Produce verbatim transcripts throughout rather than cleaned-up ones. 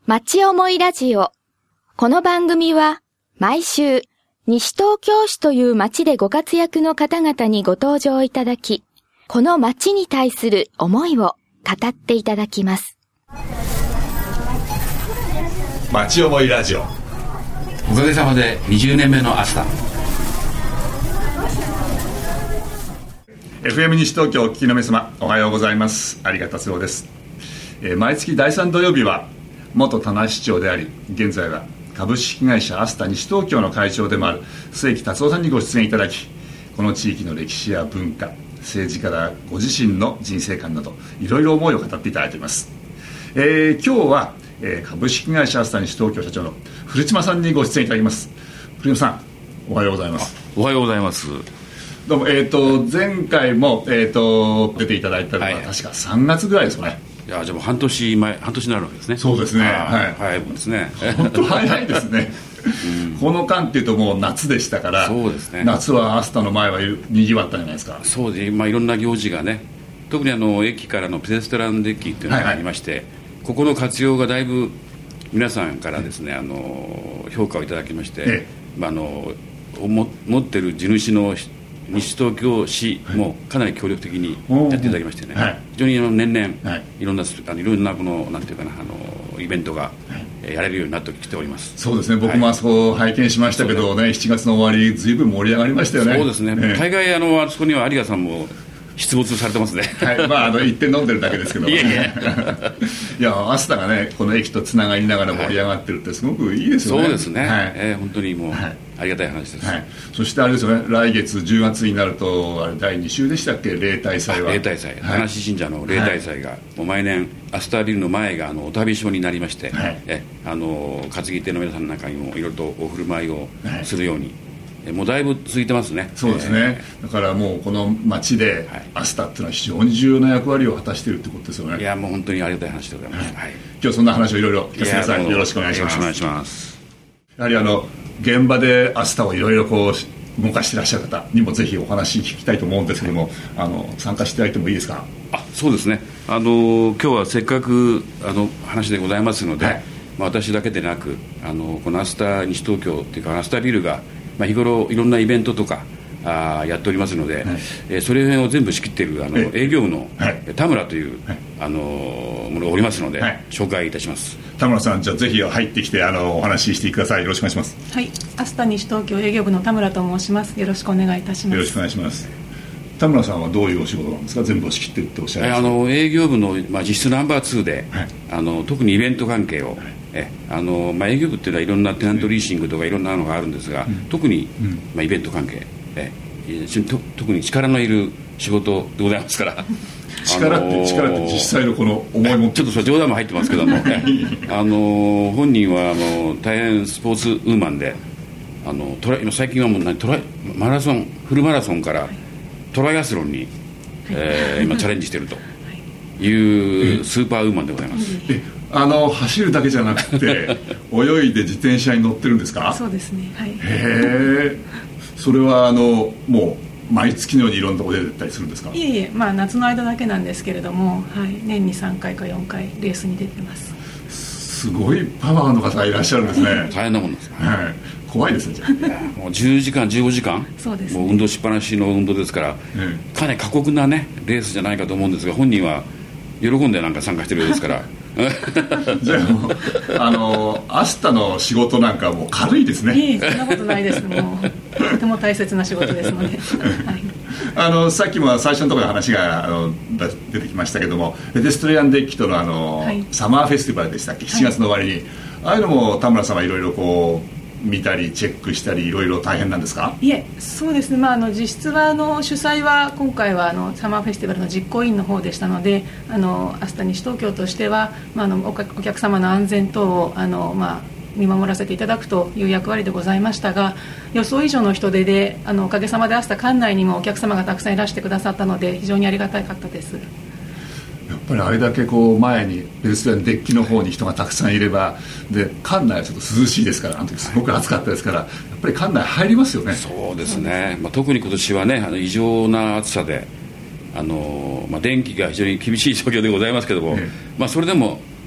町思いラジオ。この番組は毎週西東京市という町でご活躍の方々にご登場いただき、この町に対する思いを語っていただきます。 町思いラジオ。 おかげさまでにじゅうねんめのアスタ。 エフエム 西東京お聞きの皆様、おはようございます。有賀達郎です。えー、毎月だいさん土曜日は元田無市長であり、現在は株式会社アスタ西東京の会長でもある末木達夫さんにご出演いただき、この地域の歴史や文化、政治からご自身の人生観などいろいろ思いを語っていただいています。えー、今日は、えー、株式会社アスタ西東京社長の古島さんにご出演いただきます。古島さん、おはようございます。 おはようございます。 どうも、えー、と前回も、えー、と出ていただいたのは、はい、確かさんがつぐらいですかね。 いや、じゃあもう半年前、半年になるわけですね。 そうですね、はい、 早いもんですね。 本当早いですね。うん、この間っていうともう夏でしたから。 そうですね、 夏はアスタの前はにぎわったんじゃないですか。 そうで、まあ、いろんな行事がね、特にあの駅からのペデストランデッキっていうのがありまして、はいはい、ここの活用がだいぶ皆さんからですね、あの評価をいただきまして、ええ、まあ、あのも持ってる地主の西東京市もかなり協力的にやっていただきましてね、はい、非常に年々、はい、いろんなあのいろんなこのなんていうかな、あのイベントが、はい、やれるようになってきております。 そうですね、僕もあそこ拝見しましたけどね、はい、しちがつの終わりずいぶん盛り上がりましたよね。 そうですね、えー、大概あのあそこには有賀さんも出没されてますね。はい、まあ、あの一点飲んでるだけですけど。いやいやいや、アスタがね、この駅とつながりながら盛り上がってるってすごくいいですよね。 そうですね、 はい、 えー、本当にもう、はい、ありがたい話です。はい、 そしてあれですよね、来月じゅうがつになるとあれだいに週でしたっけ、例大祭は。 例大祭、田無神社の例大祭が、はい、もう毎年アスタビルの前があのお旅所になりまして、はい、えあの担ぎ手の皆さんの中にもいろいろとお振る舞いをするように、はい、もうだいぶ続いてますね。 そうですね、えー、だからもうこの町でアスタっていうのは非常に重要な役割を果たしているってことですよね。 いや、もう本当にありがたい話でございます。はいはい、 今日そんな話をいろいろ聞かせてください。よろしくお願いします。 よろしくお願いします。 やはりあの現場でアスタをいろいろこう動かしていらっしゃる方にもぜひお話聞きたいと思うんですけども、はい、あの参加していただいてもいいですか。 あ、そうですね、あの今日はせっかくあの話でございますので、はい、まあ、私だけでなくあのこのアスタ西東京っていうかアスタビルが、まあ、日頃いろんなイベントとかあやっておりますので、はい、えー、それを全部仕切っているあの営業部の、はい、田村という、はい、あのものがおりますので、はい、紹介いたします。 田村さん、じゃあぜひ入ってきてあのお話ししてください。よろしくお願いします。 はい、アスタ西東京営業部の田村と申します。よろしくお願いいたします。 よろしくお願いします。田村さんはどういうお仕事なんですか。全部を仕切ってるっておっしゃいました。 あの営業部の、まあ、実質ナンバーツーで、はい、あの特にイベント関係を、はい、えあのまあ、営業部っていうのはいろんなテナントリーシングとかいろんなのがあるんですが、うん、特に、うん、まあ、イベント関係、えと特に力のいる仕事でございますから力って、あのー、力って実際のこの思いもちょっとそれ冗談も入ってますけども、ね、あのー、本人はあの大変スポーツウーマンで、あのトラ今最近はもう何トラマラソンフルマラソンからトライアスロンに、はい、えー、今チャレンジしているというスーパーウーマンでございます。 えあの走るだけじゃなくて泳いで自転車に乗ってるんですか。 そうですね、はい、へえ。それはあのもう毎月のようにいろんなところで出たりするんですか。 いえいえ、まあ、夏の間だけなんですけれども、はい、年にさんかいかよんかいレースに出てます。 すごいパワーの方がいらっしゃるんですね。 大変なもんです、 はい、怖いですね。じゃあもうじゅうじかんじゅうごじかん、 そうですね、 もう運動しっぱなしの運動ですから、うん、かなり過酷な、ね、レースじゃないかと思うんですが、本人は喜んでなんか参加してるようですからじゃあもうあのアスタの仕事なんかもう軽いですね。 いい、そんなことないです。もうとても大切な仕事ですので、はい、 あのさっきも最初のところで話があの出てきましたけども、ペデストリアンデッキとの、あの、はい、サマーフェスティバルでしたっけ、しちがつの終わりに、はい、ああいうのも田村さんはいろいろこう見たりチェックしたりいろいろ大変なんですか。 いえ、そうですね、まあ、あの実質はあの主催は今回はあのサマーフェスティバルの実行委員の方でしたので、あのアスタ西東京としては、まあ、あの お, お客様の安全等をあの、まあ、見守らせていただくという役割でございましたが、予想以上の人手であのおかげさまでアスタ館内にもお客様がたくさんいらしてくださったので非常にありがたかったです。 やっぱりあれだけこう前にペデストリアンデッキの方に人がたくさんいれば、で館内はちょっと涼しいですから、あの時すごく暑かったですから、やっぱり館内入りますよね。 そうですね、まあ、特に今年はね、あの異常な暑さで、あの、まあ、電気が非常に厳しい状況でございますけども、ええ、まあ、それでも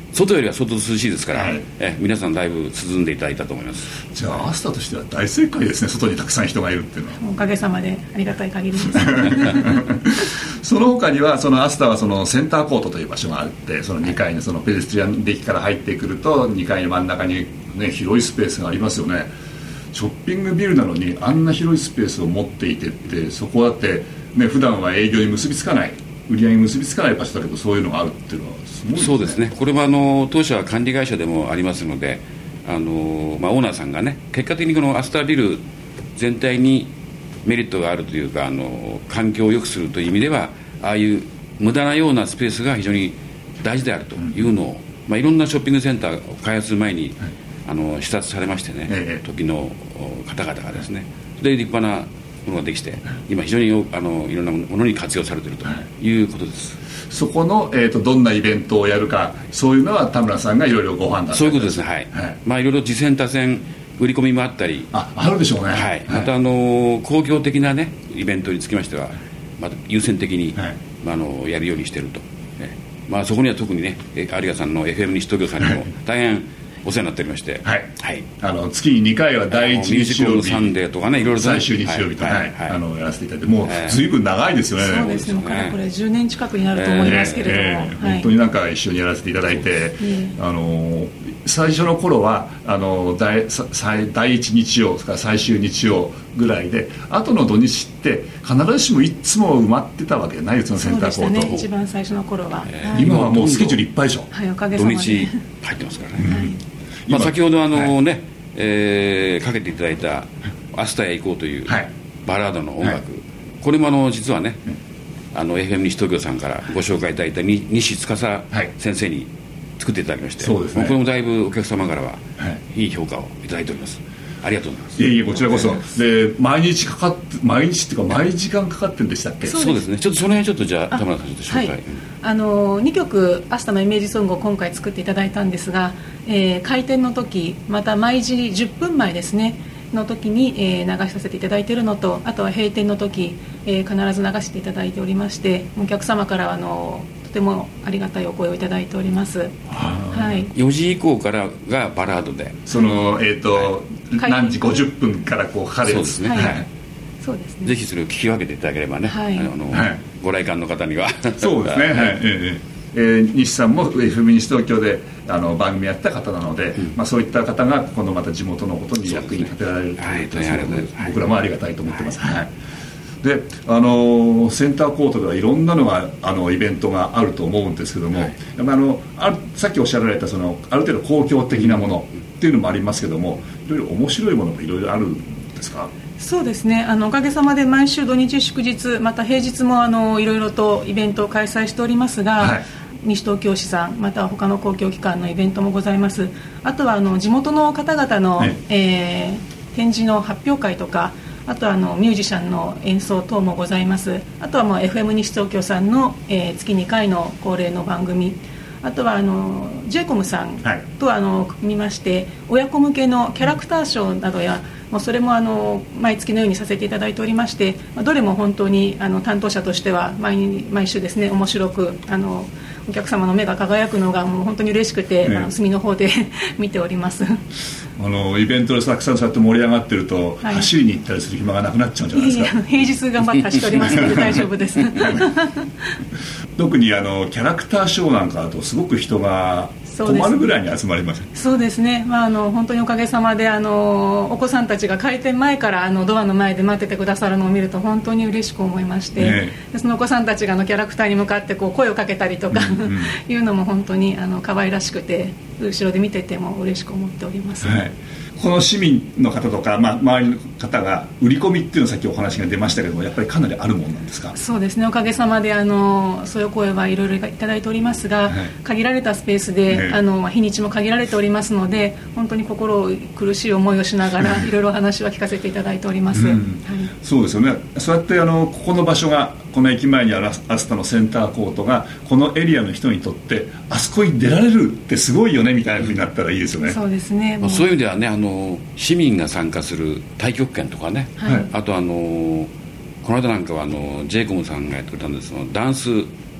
外よりは相当涼しいですから、 はい、 え皆さんだいぶ涼んでいただいたと思います。 じゃあアスタとしては大正解ですね、外にたくさん人がいるっていうのは。 おかげさまでありがたい限りですその他にはそのアスタはそのセンターコートという場所があって、そのにかいのそのペデストリアンデッキから入ってくるとにかいの真ん中に、ね、広いスペースがありますよね。ショッピングビルなのにあんな広いスペースを持っていてって、そこだって、ね、普段は営業に結びつかない、売り上げに結びつかない場所だけど、そういうのがあるっていうのはすごいですね。 そうですね、これもあの当社は管理会社でもありますので、あの、まあ、オーナーさんがね、結果的にこのアスタビル全体にメリットがあるというか、あの環境を良くするという意味では、ああいう無駄なようなスペースが非常に大事であるというのを、うんまあ、いろんなショッピングセンターを開発する前に、はい、あの視察されましてね、ええ、時の方々がですね、で立派なものができて、今非常にあのいろんなものに活用されているということです。 そこの、えーと、どんなイベントをやるか、そういうのは田村さんがいろいろご判断。 そういうことですね、はい、はい、まあいろいろ次戦多戦売り込みもあったり、 あ、あるでしょうね、 はいはい、またあの公共的なねイベントにつきましては、また優先的に、はい、まあ、あのやるようにしていると、ね、まあ、そこには特にね有賀さんの エフエム 西東京さんにも大変お世話になっておりまして、はいはい、 あの月ににかいはだいいち日曜日、 サンデーとかね、いろいろ最終日曜日と、はいはいはい、あのやらせていただいて、もうずいぶん長いですよね。 そうですね、これじゅうねん近くになると思いますけれども、えーえーはい、 本当になんか一緒にやらせていただいて、えー、あの最初の頃はあの第第一日曜から最終日曜ぐらいで、後の土日って必ずしもいつも埋まってたわけないですよ、センターコート。 そうでしたね、一番最初の頃は、 えーはい、今はもうスケジュールいっぱいでしょ。 はい、おかげさまで土日入ってますからね、はい、まあ、先ほどあの、ね、はい、えー、かけていただいた「アスタへ行こう」というバラードの音楽、はい、これもあの実はね、あの エフエム 西東京さんからご紹介いただいた西司先生に作っていただきまして、そうですね、これもだいぶお客様からはいい評価をいただいております。ありがとうございます。 いえいえ、こちらこそで毎日かかって毎日っていうか毎時間かかってるんでしたっけ。 そうですね、ちょっとその辺ちょっとじゃあ田村さんちょっと紹介、はい、 あのにきょくアスタのイメージソングを今回作っていただいたんですが、えー、開店の時、また毎時じゅっぷんまえですねの時に、えー、流させていただいているのと、あとは閉店の時、えー、必ず流していただいておりまして、お客様からあのとてもありがたいお声をいただいております。はい、 よじ以降からがバラードで、 その、えーとはい、何時ごじゅっぷんからこうかかるやつ。 そうですね、はいはい、そうですね、ぜひそれを聞き分けていただければね、はい、あのはい、ご来館の方にはそうですね、はい、えーえー、西さんも エフエム 西東京であの番組やった方なので、うん、まあ、そういった方がこのまた地元のことに役に立てられるということで、はい、僕らもありがたいと思ってます。はいはい、であのセンターコートではいろんなのがあのイベントがあると思うんですけども、はい、あのあさっきおっしゃられたそのある程度公共的なものっていうのもありますけども、いろいろ面白いものもいろいろあるんですか。 そうですね、あのおかげさまで毎週土日祝日、また平日もあのいろいろとイベントを開催しておりますが、はい、西東京市さん、また他の公共機関のイベントもございます。あとはあの地元の方々の、はい、えー、展示の発表会とか、あとはあのミュージシャンの演奏等もございます。あとはもう エフエム 西東京さんの、えー、月にかいの恒例の番組、あとはあの ジェイコム さんとあの組みまして親子向けのキャラクターショーなどや、もうそれもあの毎月のようにさせていただいておりまして、どれも本当にあの担当者としては 毎, 毎週ですね面白くあのお客様の目が輝くのがもう本当に嬉しくて、ね、あの隅の方で見ております。 あのイベントでたくさんそうやって盛り上がってると、はい、走りに行ったりする暇がなくなっちゃうんじゃないですか。いやいや、 平日頑張って走っておりますので大丈夫です。 特にあのキャラクターショーなんかだとすごく人が止まるぐらいに集まります。 そうですね、まあ、あの本当におかげさまであのお子さんたちが開店前からあのドアの前で待っててくださるのを見ると本当に嬉しく思いまして、ね、でそのお子さんたちがあのキャラクターに向かってこう声をかけたりとか、うんうん、いうのも本当にあの可愛らしくて、後ろで見てても嬉しく思っております。はい、 この市民の方とか、まあ、周りの方が売り込みっていうのさっきお話が出ましたけども、やっぱりかなりあるものなんですか。 そうですね、おかげさまであのそういう声はいろいろいただいておりますが、はい、限られたスペースで、ね、あの日にちも限られておりますので、本当に心苦しい思いをしながらいろいろお話は聞かせていただいております。うん、はい、 そうですよね。そうやってあのここの場所がこの駅前にあるアスタのセンターコートがこのエリアの人にとってあそこに出られるってすごいよねみたいな風になったらいいですよね。 そうですね、 まあ、そういう意味ではね、あの市民が参加する太極拳とかね、はい、あとあのこの間なんかはあの ジェイコム さんがやってくれたんですがダンス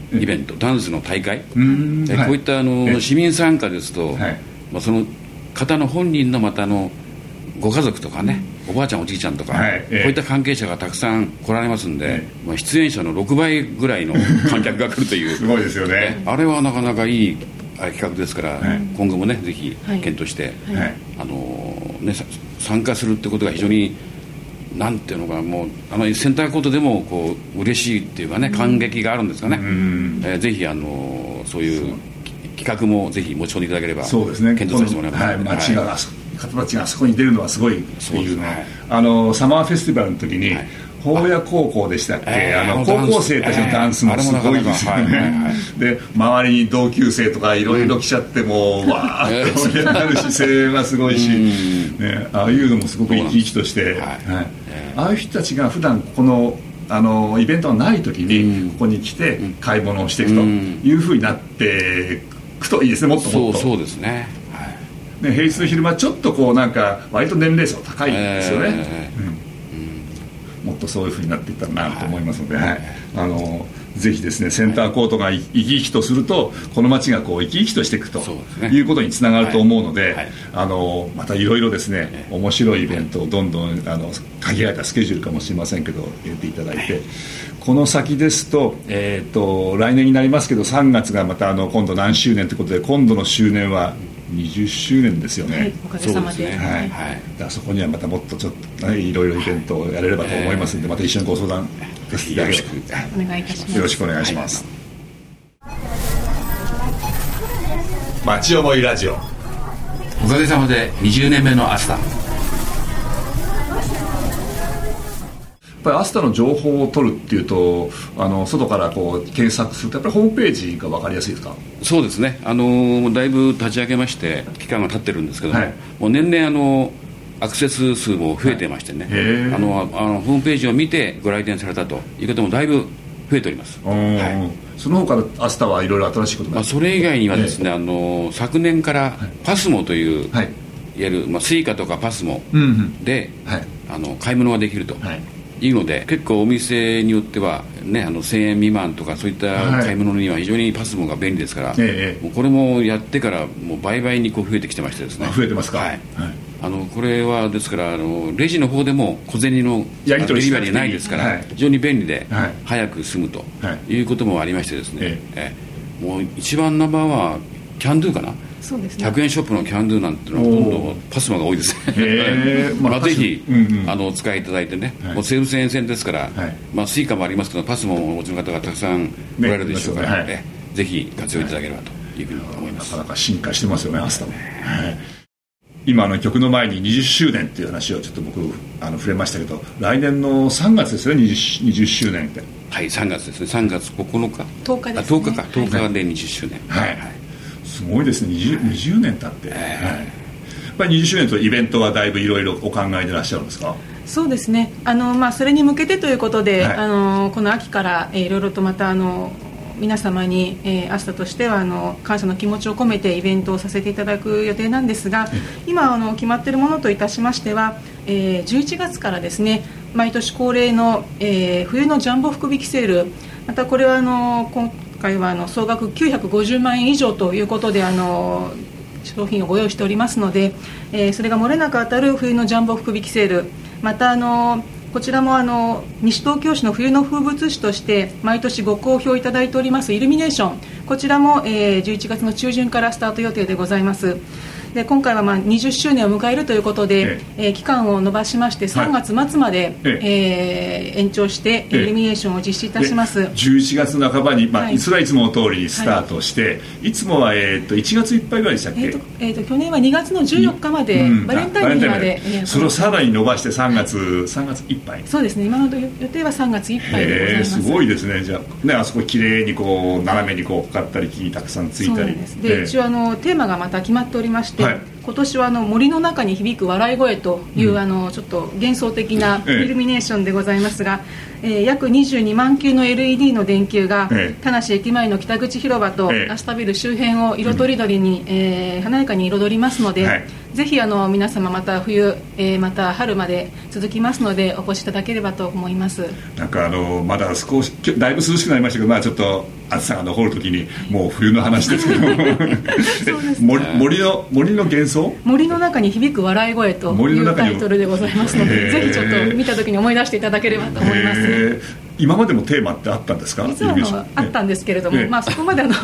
イベント、ダンスの大会、 うん、 えこういったあの市民参加ですと、はい、まあ、その方の本人のまたのご家族とかね、おばあちゃんおじいちゃんとか、はい、こういった関係者がたくさん来られますんで、はい、まあ、出演者のろくばいぐらいの観客が来るというすごいですよね。 あれはなかなかいい企画ですから、はい、今後もねぜひ検討して、はい、あのね、参加するってことが非常になんていうのか、もうあのセンターコートでもこう嬉しいっていうかね、感激があるんですかね、うん、えー、ぜひあのそういう企画もぜひ持ち込んでいただければ、 そうですね、 検討させてもらいます、 はい、街が、はい、方たちがあそこに出るのはすごいっていうのは、はい、あのサマーフェスティバルの時に、はい、宝谷高校でしたっけ、 えー、 あの高校生たちのダンスもすごいですよね。で周りに同級生とかいろいろ来ちゃっても、うん、わーって盛り上がるし、声援はすごいし、ね、ああいうのもすごく生き生きとして、はいはい、ああいう人たちが普段このあのイベントがない時にここに来て買い物をしていくというふうになっていくといいですね。もっともっと。 そう、そうですね。 ね、平日の昼間ちょっとこうなんか割と年齢層高いんですよね、えーうん、もっとそういう風になっていったらなと思いますので、はいはい、あのぜひですね、センターコートが生き生きとするとこの街がこう生き生きとしていくということにつながると思うので、はいはい、あのまたいろいろですね、面白いイベントをどんどんあの限られたスケジュールかもしれませんけど入れていただいて、この先ですと、えー、と来年になりますけどさんがつがまたあの今度何周年ということで、今度の周年はにじゅっしゅうねんですよね、はい、 おかげさまで、 はいはい、だからそこにはまたもっとちょっと、ね、いろいろイベントをやれればと思いますので、また一緒にご相談させていただきます。 お願いいたします。 よろしくお願いします。町思いラジオ、 おかげさまでにじゅうねんめのアスタ。 やっぱりアスタの情報を取るっていうと、あの外からこう検索するとやっぱりホームページが分かりやすいですか？ そうですね、あのだいぶ立ち上げまして期間が経ってるんですけども、はい、もう年々あのアクセス数も増えてましてね、はい、あのあのホームページを見てご来店されたという方もだいぶ増えております、 はい、その他のアスタはいろいろ新しいことが、まあ、 それ以外にはですね、あの昨年からパスモという、はい、いわゆる、まあ、スイカとかパスモで、うんうん、はい、あの買い物ができると、はい、いうので、結構お店によっては、ね、あのせんえん未満とかそういった買い物には非常にパスモが便利ですから、はい、もうこれもやってからもう倍々にこう増えてきてましてですね。 増えてますか？はい、はい、 あのこれはですからあのレジの方でも小銭のデリバリーないですから、はい、非常に便利で、はい、早く済むということもありましてですね、はい、えもう一番ナンバーはキャンドゥかな。 そうですね、 ひゃくえんショップのキャンドゥなんてのはほとんどパスモが多いですね。へまあ、ぜひ、うんうん、あのお使いいただいてね、はい、もう西武線沿線ですから、はい、まあ、スイカもありますけどパスモもお持ちの方がたくさんおられるでしょうから、ね、はい、ぜひ活用いただければというふうに思います。 なかなか進化してますよね、アスタも、はい、今あの曲の前ににじゅっしゅうねんっていう話をちょっと僕あの触れましたけど、来年のさんがつですね、にじゅっしゅうねんって。 はい、さんがつですね、さんがつここのかとおかですね、 あとおかか、とおかでにじゅっしゅうねん、はい、はい、 すごいですね、 20, にじゅうねん経って、はい、やっぱりにじゅっしゅうねんとイベントはだいぶいろいろお考えでいらっしゃるんですか？ そうですね、あの、まあ、それに向けてということで、はい、あのこの秋から、えー、いろいろとまたあの皆様に、えー、アスタとしてはあの感謝の気持ちを込めてイベントをさせていただく予定なんですが、今あの決まっているものといたしましては、えー、じゅういちがつからですね、毎年恒例の、えー、冬のジャンボ福引きセール、またこれはあの今回はあの総額きゅうひゃくごじゅうまんえん以上ということであの商品をご用意しておりますので、えー、それが漏れなく当たる冬のジャンボ福引きセール、またあのこちらもあの西東京市の冬の風物詩として毎年ご好評いただいておりますイルミネーション、こちらも、えー、じゅういちがつの中旬からスタート予定でございます。で今回はまあにじゅっしゅうねんを迎えるということで、えええー、期間を延ばしましてさんがつまつまで、はい、えー、延長してイルミネーションを実施いたします。 じゅういちがつなかばに、まあはい、それはいつもの通りスタートして、はい、いつもは、えー、といちがついっぱいぐらいでしたっけ？えーとえー、と去年はにがつのじゅうよっかまで、うん、バレンタインデーまで、えー、 それをさらに伸ばしてさんがつさんがついっぱい。 そうですね、今の予定はさんがついっぱいでございます。 すごいですね。じゃあ、ね、あそこきれいにこう斜めにこうかかったり木たくさんついたり。 で、えー、一応あのテーマがまた決まっておりまして、はい、今年はあの森の中に響く笑い声という、うん、あのちょっと幻想的なイルミネーションでございますが、えええー、約にじゅうにまんきゅうの エルイーディー の電球が、ええ、田無駅前の北口広場と、ええ、アスタビル周辺を色とりどりに、うん、えー、華やかに彩りますので、はい、 ぜひあの皆様また冬、えー、また春まで続きますのでお越しいただければと思います。 なんかあのまだ少しだいぶ涼しくなりましたけど、まあ、ちょっと暑さが残るときにもう冬の話ですけど森, 森, の森の幻想森の中に響く笑い声というタイトルでございますので、ぜひちょっと見たときに思い出していただければと思います。 今までもテーマってあったんですか？ 実はのあったんですけれども、まあ、そこまであのこ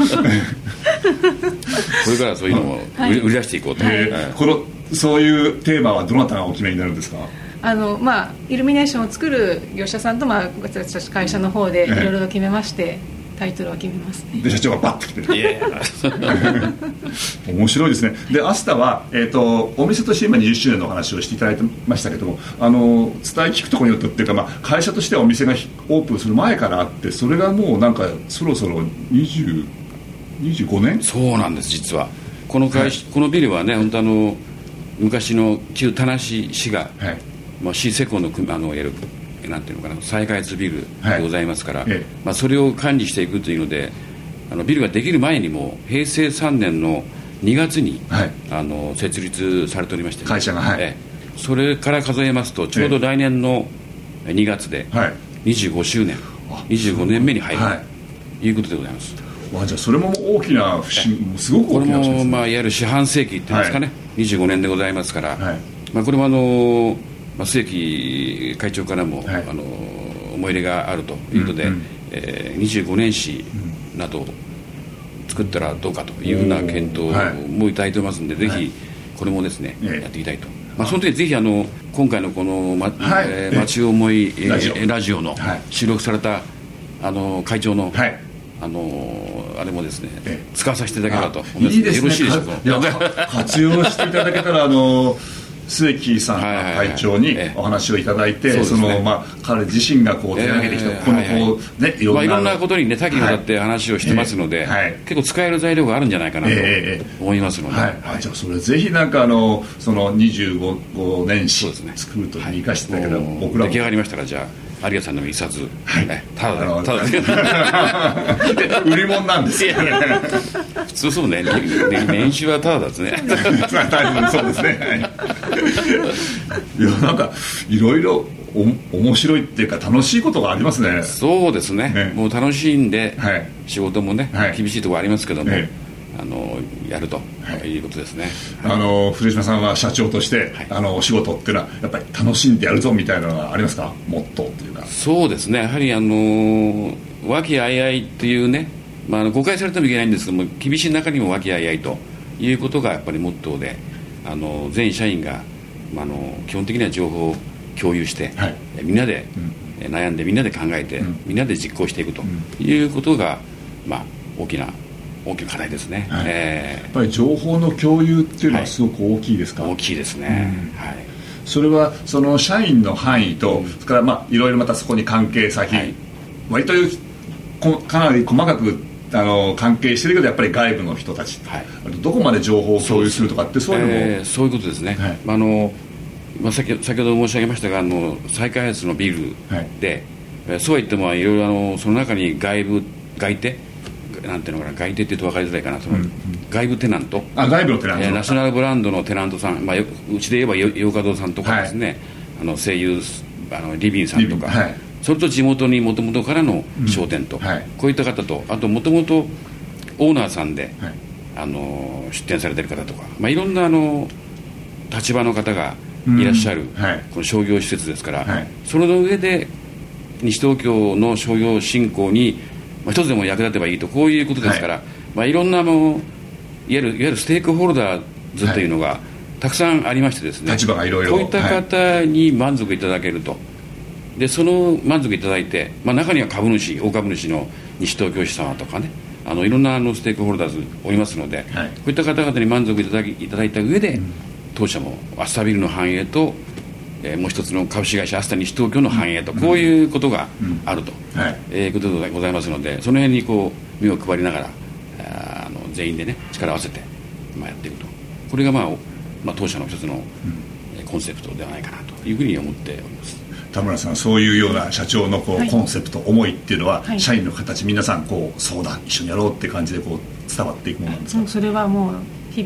れからそういうのを売り出していこうと、はいはい、 このそういうテーマはどなたがお決めになるんですか？ あの、まあ、イルミネーションを作る業者さんと、まあ、私たち会社の方でいろいろと決めまして、タイトルを決めますね。 で社長がバッと来てる面白いですね。でアスタは、えー、とお店として今にじゅっしゅうねんのお話をしていただいてましたけども、あの伝え聞くところによってっていうか、まあ、会社としてはお店がオープンする前からあって、それがもうなんかそろそろにじゅう、にじゅうごねん。 そうなんです。実はこの会社、はい、このビルはね、本当あの昔の旧田無市が、はい、まあ、市施工のあのやるなんていうのかな、再開発ビルでございますから、はい、まあ、それを管理していくというので、あのビルができる前にもへいせいさんねんのにがつに、はい、あの設立されておりまして、ね、 会社が、はい、えそれから数えますとちょうど来年のにがつでにじゅうごしゅうねん、はい、にじゅうごねんめに入る、はい、ということでございます。 あ、じゃあそれも大きな節目、すごく大きな節目ですね。 これも、まあ、いわゆる四半世紀っていうんですかね、はい、にじゅうごねんでございますから、はい、まあ、これもあの、まあ、末木会長からも、はい、あの思い入れがあるということで、うんうん、えー、にじゅうごねん誌などを作ったらどうかというふうな検討もいただいておりますので、ぜひこれもですね、はい、やっていきたいと、まあ、その時ぜひあの今回のこの、ま、はい、えー、町思い、えー、ラジオ、ラジオの収録されたあの会長の、はい、あのあれもですね、使わさせていただければと思います。 いいですね、 よろしいでしょうか。活用していただけたらあの末木さん会長にお話をいただいて、はいはいはい、その、まあ、彼自身がこう手がけてきた、えー、このこう、ね、いろんな、まあ、いろんなことにね多岐にわたって話をしてますので、はい、結構使える材料があるんじゃないかなと思いますので、 えーはいはい、じゃあそれぜひなんかあのそのにじゅうごねん誌作るときに生かしていただけたら、はい、僕らも出来上がりましたら、じゃあ有賀さんの一冊、はい、ね、ただでただで売り物なんですよ普通そうね、年収はただですねそうですねいや、なんかいろいろお面白いっていうか楽しいことがありますね。 そうですね、ね、もう楽しいんで、はい、仕事もね、はい、厳しいところありますけども、はい、あのやるということですね、 はい、あの古島さんは社長として、はい、あのお仕事っていうのはやっぱり楽しんでやるぞみたいなのがありますか？モットーっていうか。 そうですね、やはりあの和気あいあいっていうね、まあ、あの誤解されてもいけないんですけども、厳しい中にも和気あいあいということがやっぱりモットーで、あの全社員が、まあ、あの基本的には情報を共有して、はい、みんなで、うん、悩んでみんなで考えて、うん、みんなで実行していくということが、まあ、大きな大きな課題ですね、はい、えー、 やっぱり情報の共有っていうのはすごく大きいですか？ はい、大きいですね、うん、はい、 それはその社員の範囲と、うん、それからまあいろいろまたそこに関係先、はい、割とかなり細かくあの関係してるけどやっぱり外部の人たち、はい、どこまで情報を共有するとかってそういうのも、 えー、そういうことですね、はい、あのまあ、先, 先ほど申し上げましたが、あの再開発のビルで、はい、そうは言ってもいろいろあのその中に外部外手なんていうのかな、外手って言うと分かりづらいかな、その、うんうん、外部テナント、 あ、外部のテナント、 えー、ナショナルブランドのテナントさん、まあ、うちで言えばヨーカドーさんとかですね、はい、あの声優あのリビンさんとか、はい、それと地元にもともとからの商店と、うん、はい、こういった方と、あともともとオーナーさんで、はい、あの出店されてる方とか、まあ、いろんなあの立場の方がいらっしゃる、うん、はい、この商業施設ですから、はい、その上で西東京の商業振興に、まあ、一つでも役立てばいいと、こういうことですから、はい、まあ、いろんなあのいわゆるいわゆるステークホルダーズというのがたくさんありましてですね、 立場がいろいろ、 こういった方に満足いただけると、でその満足いただいて、まあ、中には株主大株主の西東京市様とかね、あのいろんなあのステークホルダーズおりますので、はい、こういった方々に満足いただきいただいた上で、うん、当社もアスタビルの繁栄と、えー、もう一つの株式会社アスタ西東京の繁栄と、うん、こういうことがあると、うん、はい、えー、ことでございますので、その辺にこう目を配りながら、あの全員でね力を合わせて、まあ、やっていくと、これが、まあまあ、当社の一つの、うん、コンセプトではないかなというふうに思っております。 田村さん、そういうような社長のこう、はい、コンセプト思いっていうのは、はい、社員の形皆さんこうそうだ一緒にやろうっていう感じでこう伝わっていくものなんですか？ それはもう日々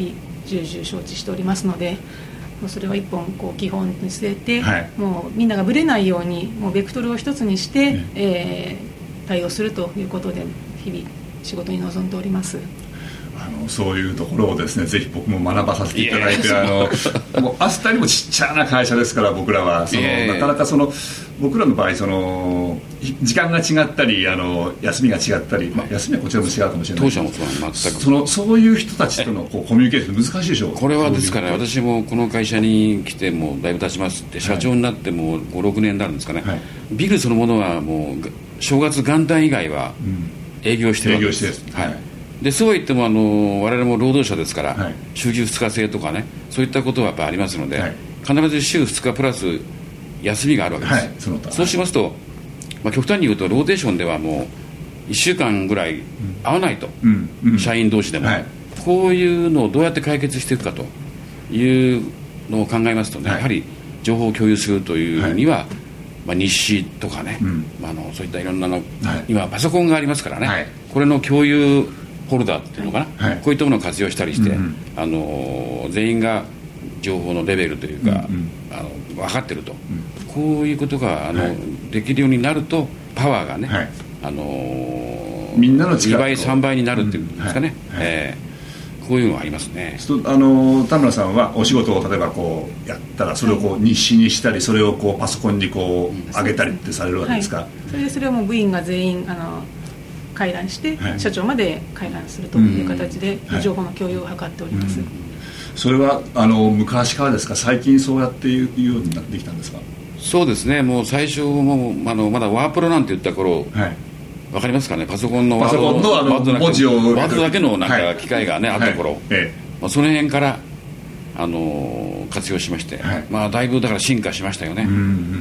重々承知しておりますので、もうそれは一本こう基本に据えて、 はい、 もうみんながぶれないようにもうベクトルを一つにして、うん、えー、対応するということで日々仕事に臨んでおります。 あのそういうところをですね、ぜひ僕も学ばさせていただいて、あのもうアスタにもちっちゃな会社ですから、僕らはそのなかなかその僕らの場合その時間が違ったり、あの休みが違ったり、まあ、休みはこちらも違うかもしれない。 当社もそう全くそのそういう人たちとのこうコミュニケーション難しいでしょう。 これはですから、私もこの会社に来てもうだいぶ経ちますって、社長になってもご、ろくねんになるんですかね、はい、ビルそのものはもう正月元旦以外は営業してるわけです、うん、営業してる、はい、でそうは言ってもあの我々も労働者ですから、はい、週休ふつか制とかね、そういったことはやっぱありますので、はい、必ず週ふつかプラス休みがあるわけです、はい、そのそうしますと、まあ、極端に言うとローテーションではもういっしゅうかんぐらい会わないと、うんうん、社員同士でも、はい、こういうのをどうやって解決していくかというのを考えますとね、はい、やはり情報を共有するというには、はい、まあ、日誌とかね、うん、まあ、あのそういったいろんなの、はい、今パソコンがありますからね、はい、これの共有フォルダっていうのかな、はい、こういったものを活用したりして、うんうん、あの全員が情報のレベルというか、うんうん、あの分かってると、うん、こういうことがあの、はい、できるようになるとパワーがね、はい、あのー、 みんなの力にばいさんばいになるっていうんですかね、うん、はい、えー、こういうのがありますね。 あの田村さんはお仕事を例えばこうやったらそれをこう日誌にしたり、それをこうパソコンにこう上げたりってされるわけですか。はい、 それでそれをもう部員が全員あの回覧して、はい、社長まで回覧するという形で情報の共有を図っております。うん、はい、 うん、それはあの昔からですか、最近そうやっていうようになってきたんですか。 そうですね、もう最初もあのまだワープロなんて言った頃、はい、分かりますかね、パソコンのワード、 パソコンのあの文字をワードだけのなんか機械がね、はい、あった頃、はい、ええ、まあ、その辺からあの活用しまして、はい、まあ、だいぶだから進化しましたよね、うんうん、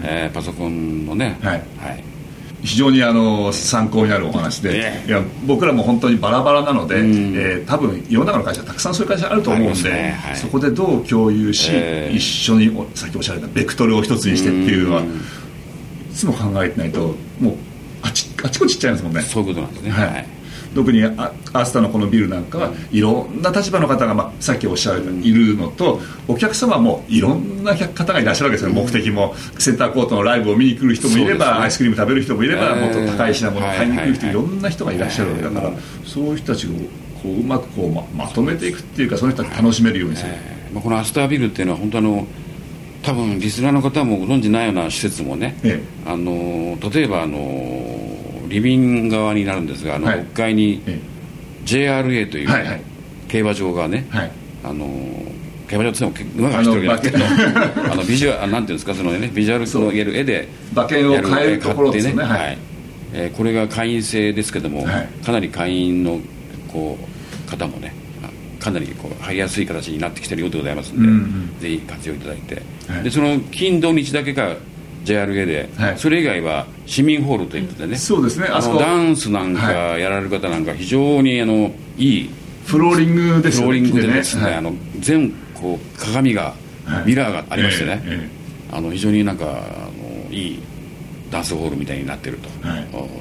えー、パソコンのね、はい、はい、 非常にあの参考になるお話で、えー、いや僕らも本当にバラバラなので、うん、えー、多分世の中の会社たくさんそういう会社あると思うんで、ね、はい、そこでどう共有し、えー、一緒にさっきおっしゃられたベクトルを一つにしてっていうのは、うん、いつも考えてないともうあち、あちこち行っちゃいますもんね。 そういうことなんですね、 はいはい、特にア, アスタのこのビルなんかはいろんな立場の方が、まあ、さっきおっしゃられたいるのと、お客様もいろんな方がいらっしゃるわけですよ、目的もセンターコートのライブを見に来る人もいれば、ね、アイスクリーム食べる人もいれば、もっと高い品物を買いに来る人、いろんな人がいらっしゃるわけだから、そういう人たちをこううまくこう ま, まとめていくっていうか、その人たち楽しめるようにする、 えーまあ、このアスタービルっていうのは本当あの多分リスナーの方もご存じないような施設もね、ええ、あの例えばあのリビング側になるんですが、あの、はい、北海に ジェイアールエー という、はいはい、競馬場がね、はい、あの競馬場って言っても馬が走ってるわけじゃなくて、あのビジュアルなんていうんですか、そのね、ビジュアルの言える絵で馬券を買えるところですね、はい、 えー、これが会員制ですけども、はい、かなり会員のこう方もね、かなりこう入りやすい形になってきてるようでございますので、うんうん、ぜひ活用いただいて、はい、でその金土日だけが ジェイアールエー で、はい、それ以外は市民ホールということでね、 そうですね、 あのダンスなんかやられる方なんか非常にあのいいフローリングですよね、フローリングでですね、はい、あの全こう鏡が、はい、ミラーがありましてね、えーえー、あの非常になんかあのいいダンスホールみたいになっていると、はい、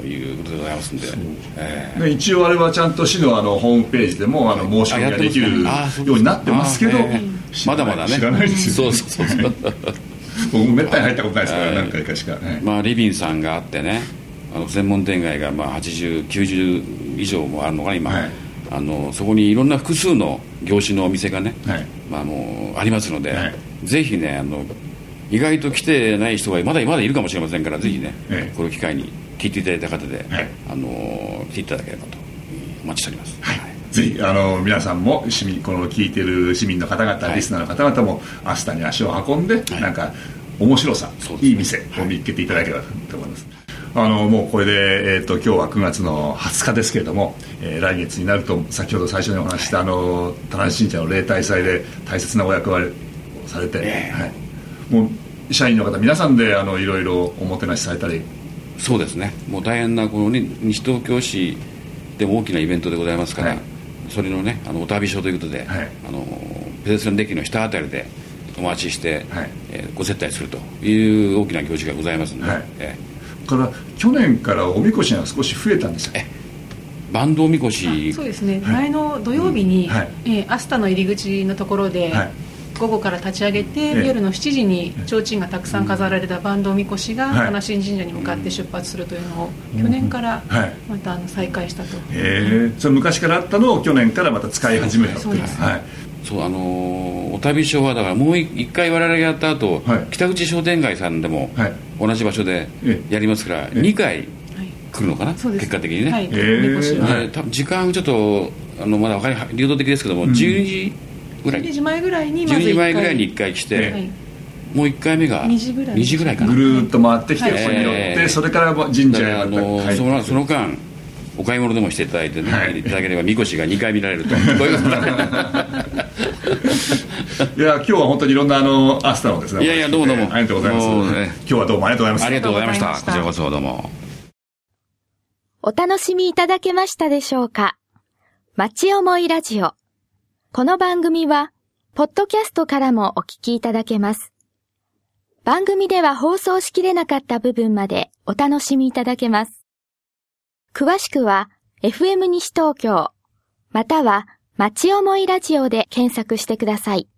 いうことでございますので、えー、 で一応あれはちゃんと市のあのホームページでもあの申し込みができるようになってますけど、えー、 まだまだね知らないですよね。 そうそうそう僕もめったに入ったことないですから、何回かしか、はい、 まあ、リビンさんがあってね、あの専門店街がまあはちじゅう、きゅうじゅう以上もあるのかな今、はい、あのそこにいろんな複数の業種のお店がね、はい、まあ、あのありますので、はい、ぜひね、あの意外と来てない人がまだまだいるかもしれませんから、ぜひね、ええ、この機会に聞いていただいた方で、はい、あの来ていただければとお待ちしております、はい、 ぜひあの皆さんも市民、この聞いてる市民の方々、はい、リスナーの方々も明日に足を運んで、はい、なんか面白さ、ね、いい店を見つけていただければと思います、はい、あのもうこれで、えー、と今日はくがつのはつかですけれども、えー、来月になると先ほど最初にお話した、はい、あの田無神社の例大祭で大切なお役割をされて、えーはい、もう社員の方皆さんであのいろいろおもてなしされたり。 そうですね、もう大変なこの、ね、西東京市でも大きなイベントでございますから、はい、それのね、あのお旅所ということで、はい、あのペデストランデッキの下あたりでお待ちして、はい、えー、ご接待するという大きな行事がございますので、はい、えー、 から去年からおみこしが少し増えたんですよ。 坂東みこし。 そうですね、はい、前の土曜日に、はい、えー、アスタの入り口のところで、はい、午後から立ち上げて、えー、夜のしちじに提灯がたくさん飾られた坂東みこしが花新神社に向かって出発するというのを、去年からまたあの再開したと。 へえ、それ昔からあったのを去年からまた使い始めたと。 そうです、はい、 そう、あのー、お旅所はだからもう一回我々がやった後、はい、北口商店街さんでも同じ場所でやりますから、にかい来るのかな、結果的にね、はい、みこしは、ね、多分時間ちょっとあのまだ分かり流動的ですけども、うん、じゅうにじぐらい、 じゅうにじまえぐらいにまずいっかい、 じゅうにじまえぐらいにいっかい来て、はい、もういっかいめがにじぐらい、にじぐらいかな、 ぐるーっと回ってきて、はい、ここに寄って、えー、それから神社へまた帰って、 その、その間お買い物でもしていただいて、ね、はい、いただければみこしがにかい見られると。こういうこといや、今日は本当にいろんなあのアスタのですね、 いやいや、どうもどうもありがとうございます、ね、今日はどうもありがとうございました。 ありがとうございました。こちらこそどうも。 お楽しみいただけましたでしょうか。町思いラジオ。この番組はポッドキャストからもお聞きいただけます。番組では放送しきれなかった部分までお楽しみいただけます。詳しくは エフエム 西東京または町思いラジオで検索してください。